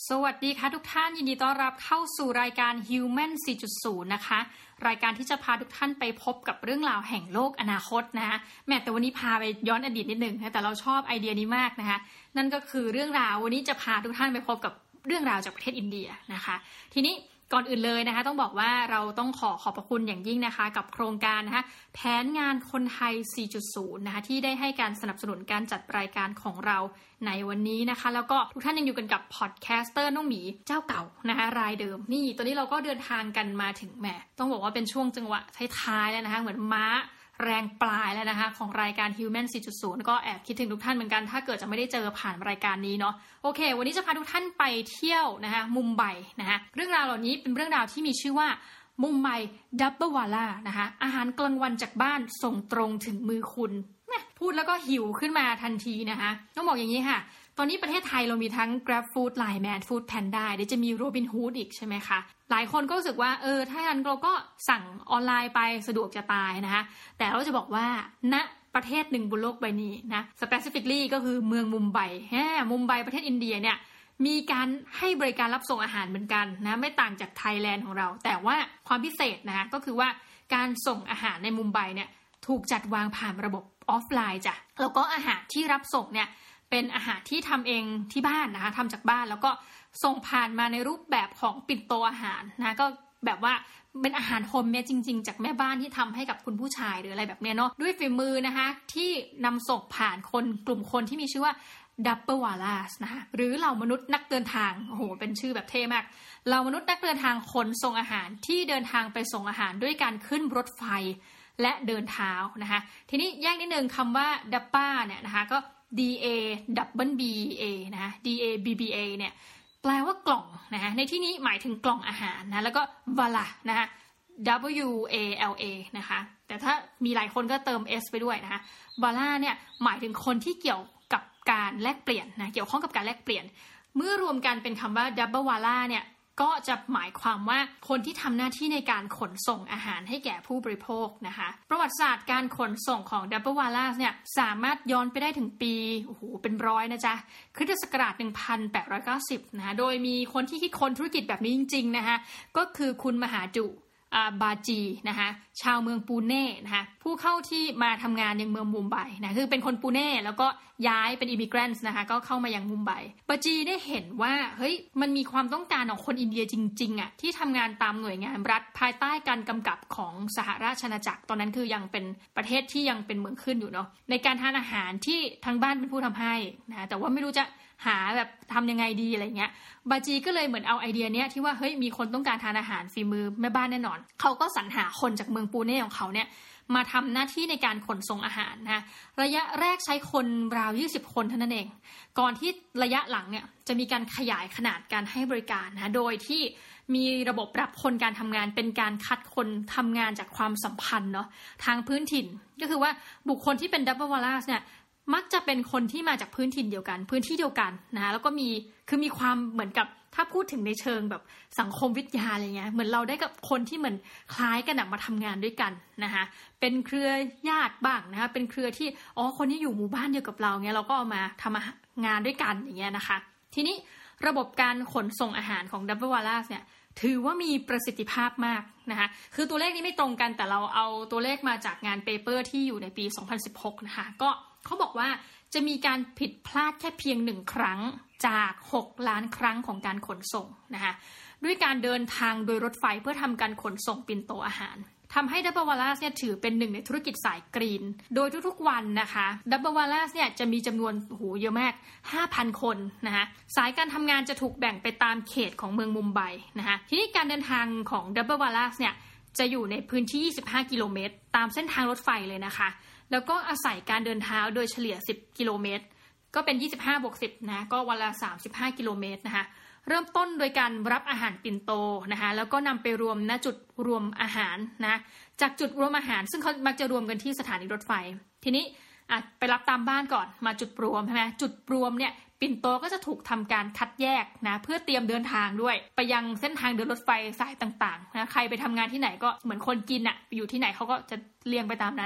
สวัสดีค่ะทุกท่านยินดีต้อนรับเข้าสู่รายการ Human 4.0 นะคะรายการที่จะพาทุกท่านไปพบกับเรื่องราวแห่งโลกอนาคตนะคะแต่วันนี้พาไปย้อนอดีตนิดนึงนะแต่เราชอบไอเดียนี้มากนะคะนั่นก็คือเรื่องราววันนี้จะพาทุกท่านไปพบกับเรื่องราวจากประเทศอินเดียนะคะทีนี้ก่อนอื่นเลยนะคะต้องบอกว่าเราต้องขอบพระคุณอย่างยิ่งนะคะกับโครงการนะคะแผนงานคนไทย 4.0 นะคะที่ได้ให้การสนับสนุนการจัดรายการของเราในวันนี้นะคะแล้วก็ทุกท่านยังอยู่กันกับพอดแคสเตอร์น้องหมีเจ้าเก่านะคะรายเดิมนี่ตอนนี้เราก็เดินทางกันมาถึงแหมต้องบอกว่าเป็นช่วงจังหวะท้ายๆแล้วนะคะเหมือนม้าแรงปลายแล้วนะคะของรายการ Human 4.0 ก็แอบคิดถึงทุกท่านเหมือนกันถ้าเกิดจะไม่ได้เจอผ่านรายการนี้เนาะโอเควันนี้จะพาทุกท่านไปเที่ยวนะคะมุมไบนะคะเรื่องราวเหล่านี้เป็นเรื่องราวที่มีชื่อว่ามุมไบดับเบิลวาล่านะคะอาหารกลางวันจากบ้านส่งตรงถึงมือคุณพูดแล้วก็หิวขึ้นมาทันทีนะคะต้องบอกอย่างนี้ค่ะตอนนี้ประเทศไทยเรามีทั้ง Grab Food Line Man Food Panda เดี๋ยวจะมี Robin Hood อีกใช่ไหมคะหลายคนก็รู้สึกว่าถ้างั้นเราก็สั่งออนไลน์ไปสะดวกจะตายนะคะแต่เราจะบอกว่าณประเทศหนึ่งบนโลกใบนี้นะ specifically ก็คือเมืองมุมไบมุมไบประเทศอินเดียเนี่ยมีการให้บริการรับส่งอาหารเหมือนกันนะไม่ต่างจากไทยแลนด์ของเราแต่ว่าความพิเศษนะคะก็คือว่าการส่งอาหารในมุมไบเนี่ยถูกจัดวางผ่านระบบออฟไลน์จ้ะแล้วก็อาหารที่รับส่งเนี่ยเป็นอาหารที่ทำเองที่บ้านนะคะทำจากบ้านแล้วก็ส่งผ่านมาในรูปแบบของปิ่นโตอาหารนะก็แบบว่าเป็นอาหารโฮมเมดจริงๆจากแม่บ้านที่ทำให้กับคุณผู้ชายหรืออะไรแบบนี้เนาะด้วยฝีมือนะคะที่นำส่งผ่านกลุ่มคนที่มีชื่อว่าดับเบิลวาล่านะคะหรือเหล่ามนุษย์นักเดินทางโอ้โหเป็นชื่อแบบเท่มากเหล่ามนุษย์นักเดินทางขนส่งอาหารที่เดินทางไปส่งอาหารด้วยการขึ้นรถไฟและเดินเท้านะคะทีนี้แยกนิดนึงคำว่าดับบ้าเนี่ยนะคะก็DABBA นะคะ DABBA เนี่ยแปลว่ากล่องนะคะในที่นี้หมายถึงกล่องอาหารนะแล้วก็ Wala นะคะ WALA นะคะแต่ถ้ามีหลายคนก็เติม S ไปด้วยนะคะ Wala เนี่ยหมายถึงคนที่เกี่ยวกับการแลกเปลี่ยนนะเกี่ยวข้องกับการแลกเปลี่ยนเมื่อรวมกันเป็นคำว่า Double Wala เนี่ยก็จะหมายความว่าคนที่ทำหน้าที่ในการขนส่งอาหารให้แก่ผู้บริโภคนะคะประวัติศาสตร์การขนส่งของ Double Wala เนี่ยสามารถย้อนไปได้ถึงปีโอ้โหเป็นร้อยนะจ๊ะคริสตศักราช 1890 นะคะโดยมีคนที่คิดค้นธุรกิจแบบนี้จริงๆนะคะก็คือคุณมหาจุบาจีนะคะชาวเมืองปูเน่นะคะผู้เข้าที่มาทำงานยังเมืองมุมไบนะคือเป็นคนปูเน่แล้วก็ย้ายเป็นอิมิเกรนต์นะคะก็เข้ามายังมุมไบบาจีได้เห็นว่าเฮ้ยมันมีความต้องการของคนอินเดียจริงๆอ่ะที่ทำงานตามหน่วยงานรัฐภายใต้การกำกับของสหราชอาณาจักรตอนนั้นคือยังเป็นประเทศที่ยังเป็นเมืองขึ้นอยู่เนาะในการทานอาหารที่ทางบ้านเป็นผู้ทำให้นะแต่ว่าไม่รู้จะหาแบบทำยังไงดีอะไรเงี้ยบาจีก็เลยเหมือนเอาไอเดียเนี้ยที่ว่าเฮ้ยมีคนต้องการทานอาหารฝีมือแม่บ้านแน่นอนเขาก็สรรหาคนจากเมืองปูเน่ของเขาเนี่ยมาทำหน้าที่ในการขนส่งอาหารนะระยะแรกใช้คนราว20คนเท่านั้นเองก่อนที่ระยะหลังเนี่ยจะมีการขยายขนาดการให้บริการนะโดยที่มีระบบรับคนการทำงานเป็นการคัดคนทำงานจากความสัมพันธ์เนาะทางพื้นถิ่นก็คือว่าบุคคลที่เป็นดับเบิลวาล่าเนี่ยมักจะเป็นคนที่มาจากพื้นถิ่นเดียวกันพื้นที่เดียวกันนะแล้วก็มีความเหมือนกับถ้าพูดถึงในเชิงแบบสังคมวิทยาอะไรเงี้ยเหมือนเราได้กับคนที่เหมือนคล้ายกันมาทำงานด้วยกันนะคะเป็นเครือญาติบ้างนะคะเป็นเครือที่คนที่อยู่หมู่บ้านเดียวกับเราเงี้ยเราก็เอามาทำงานด้วยกันอย่างเงี้ยนะคะทีนี้ระบบการขนส่งอาหารของดับเบิลวาล่าเนี่ยถือว่ามีประสิทธิภาพมากนะคะคือตัวเลขนี้ไม่ตรงกันแต่เราเอาตัวเลขมาจากงานเปเปอร์ที่อยู่ในปี 2016 นะคะก็เขาบอกว่าจะมีการผิดพลาดแค่เพียง1ครั้งจาก6ล้านครั้งของการขนส่งนะคะด้วยการเดินทางโดยรถไฟเพื่อทำการขนส่งปิ่นโตอาหารทำให้ดับเบิลวาล่าเนี่ยถือเป็นหนึ่งในธุรกิจสายกรีนโดยทุกๆวันนะคะดับเบิลวาล่าเนี่ยจะมีจำนวนเยอะมาก 5,000 คนนะคะสายการทำงานจะถูกแบ่งไปตามเขตของเมืองมุมไบนะคะทีนี้การเดินทางของดับเบิลวาล่าเนี่ยจะอยู่ในพื้นที่25กิโลเมตรตามเส้นทางรถไฟเลยนะคะแล้วก็อาศัยการเดินเท้าโดยเฉลี่ย10กิโลเมตรก็เป็น25บวก10นะก็วันละ35กิโลเมตรนะคะเริ่มต้นโดยการรับอาหารปิ่นโตนะคะแล้วก็นำไปรวมณจุดรวมอาหารนะจากจุดรวมอาหารซึ่งเขามักจะรวมกันที่สถานีรถไฟทีนี้ไปรับตามบ้านก่อนมาจุดรวมใช่ไหมจุดรวมเนี่ยปิ่นโตก็จะถูกทำการคัดแยกนะเพื่อเตรียมเดินทางด้วยไปยังเส้นทางเดินรถไฟสายต่างๆนะใครไปทำงานที่ไหนก็เหมือนคนกินอยู่ที่ไหนเขาก็จะเรียงไปตามนั้น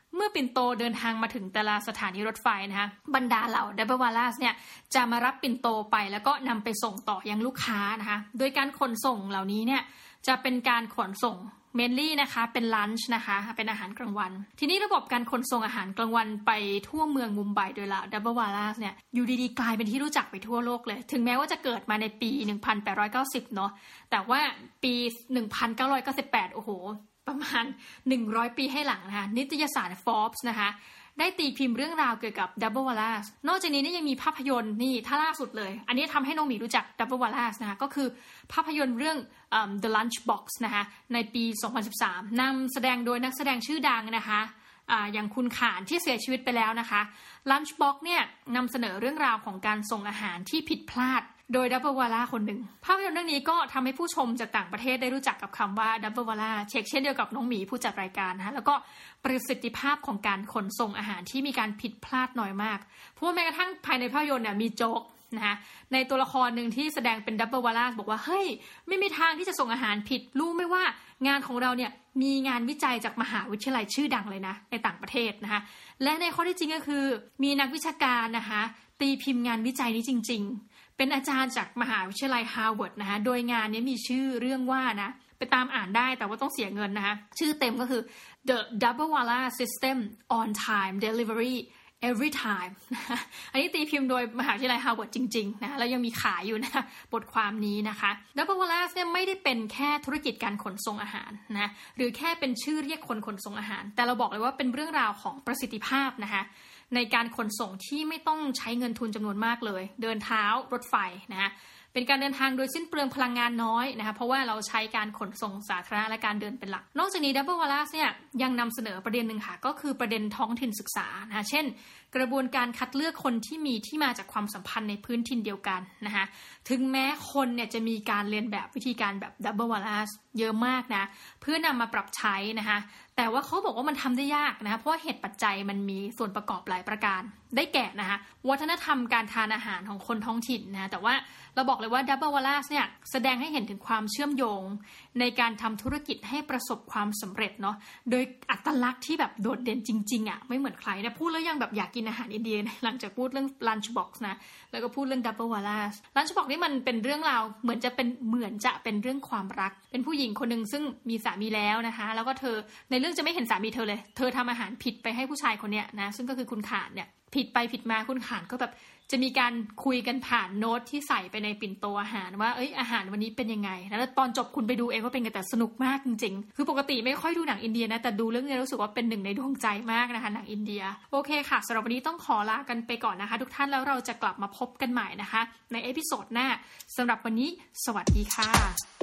เมื่อปิ่นโตเดินทางมาถึงแต่ละสถานีรถไฟนะคะบรรดาเหล่าดับเบิลวาลาสเนี่ยจะมารับปิ่นโตไปแล้วก็นำไปส่งต่อยังลูกค้านะคะโดยการขนส่งเหล่านี้เนี่ยจะเป็นการขนส่งเมนลี่นะคะเป็นลันช์นะคะเป็นอาหารกลางวันทีนี้ระบบการขนส่งอาหารกลางวันไปทั่วเมืองมุมไบโดยเหล่าดับเบิลวาลาสเนี่ยอยู่ดีๆกลายเป็นที่รู้จักไปทั่วโลกเลยถึงแม้ว่าจะเกิดมาในปี 1890 เนาะแต่ว่าปี 1998 โอ้โหประมาณ100 ปีให้หลังนะคะนิตยสาร Forbes นะคะได้ตีพิมพ์เรื่องราวเกี่ยวกับดับเบิลวาลาสนอกจากนี้ยังมีภาพยนตร์นี่ถ้าล่าสุดเลยอันนี้ทำให้น้องหมีรู้จักดับเบิลวาลาสนะคะก็คือภาพยนตร์เรื่อง The Lunchbox นะคะในปี 2013 นำแสดงโดยนักแสดงชื่อดังนะคะอย่างคุณขานที่เสียชีวิตไปแล้วนะคะ Lunchbox เนี่ยนำเสนอเรื่องราวของการส่งอาหารที่ผิดพลาดโดยดับเบิลวาลาคนหนึ่งภาพยนตร์เรื่องนี้ก็ทำให้ผู้ชมจากต่างประเทศได้รู้จักกับคำว่าดับเบิลวาลาเช่นเดียวกับน้องหมีผู้จัดรายการนะคะแล้วก็ประสิทธิภาพของการขนส่งอาหารที่มีการผิดพลาดน้อยมากเพราะว่าแม้กระทั่งภายในภาพยนตร์เนี่ยมีโจ๊กนะคะในตัวละครหนึ่งที่แสดงเป็นดับเบิลวาลาบอกว่าเฮ้ยไม่มีทางที่จะส่งอาหารผิดรู้ไหมว่างานของเราเนี่ยมีงานวิจัยจากมหาวิทยาลัยชื่อดังเลยนะในต่างประเทศนะคะและในข้อที่จริงก็คือมีนักวิชาการนะคะตีพิมพ์งานวิจัยนี้จริงๆเป็นอาจารย์จากมหาวิทยาลัยฮาร์วาร์ดนะคะโดยงานนี้มีชื่อเรื่องว่านะไปตามอ่านได้แต่ว่าต้องเสียเงินนะคะชื่อเต็มก็คือ The Double Wala System on Time Delivery Every Time อันนี้ตีพิมพ์โดยมหาวิทยาลัยฮาร์วาร์ดจริงๆนะแล้วยังมีขายอยู่นะบทความนี้นะคะ Double Wala เนี่ยไม่ได้เป็นแค่ธุรกิจการขนส่งอาหารนะหรือแค่เป็นชื่อเรียกคนขนส่งอาหารแต่เราบอกเลยว่าเป็นเรื่องราวของประสิทธิภาพนะคะในการขนส่งที่ไม่ต้องใช้เงินทุนจำนวนมากเลยเดินเท้ารถไฟนะเป็นการเดินทางโดยสิ้นเปลืองพลังงานน้อยนะคะเพราะว่าเราใช้การขนส่งสาธารณะและการเดินเป็นหลักนอกจากนี้ Double Wala เนี่ยยังนำเสนอประเด็นหนึ่งค่ะก็คือประเด็นท้องถิ่นศึกษานะคะเช่นกระบวนการคัดเลือกคนที่มีที่มาจากความสัมพันธ์ในพื้นถิ่นเดียวกันนะคะถึงแม้คนเนี่ยจะมีการเรียนแบบวิธีการแบบ Double Wala เยอะมากนะเพื่อนำมาปรับใช้นะคะแต่ว่าเขาบอกว่ามันทำได้ยากนะคะเพราะว่าเหตุปัจจัยมันมีส่วนประกอบหลายประการได้แก่นะคะวัฒนธรรมการทานอาหารของคนท้องถิ่นนะแต่ว่าเราบอกเลยว่า Double Wala เนี่ยแสดงให้เห็นถึงความเชื่อมโยงในการทำธุรกิจให้ประสบความสำเร็จเนาะโดยอัตลักษณ์ที่แบบโดดเด่นจริงๆอ่ะไม่เหมือนใครนะพูดแล้วยังแบบอยากกินอาหารอินเดียหลังจากพูดเรื่อง Lunchbox นะแล้วก็พูดเรื่อง Double Wala Lunchbox นี่มันเป็นเรื่องราวเหมือนจะเป็นเรื่องความรักเป็นผู้หญิงคนนึงซึ่งมีสามีแล้วนะคะแล้วก็เธอในเรื่องจะไม่เห็นสามีเธอเลยเธอทำอาหารผิดไปให้ผู้ชายคนเนี้ยนะซึ่งก็คือคุณขานเนี่ยผิดไปผิดมาคุณขานก็แบบจะมีการคุยกันผ่านโน้ตที่ใส่ไปในปิ่นโตอาหารว่าอาหารวันนี้เป็นยังไงแล้วตอนจบคุณไปดูเองว่าเป็นไงแต่สนุกมากจริงๆคือปกติไม่ค่อยดูหนังอินเดียนะแต่ดูเรื่องนี้รู้สึกว่าเป็นหนึ่งในดวงใจมากนะคะหนังอินเดียโอเคค่ะสำหรับวันนี้ต้องขอลากันไปก่อนนะคะทุกท่านแล้วเราจะกลับมาพบกันใหม่นะคะในเอพิโซดหน้าสำหรับวันนี้สวัสดีค่ะ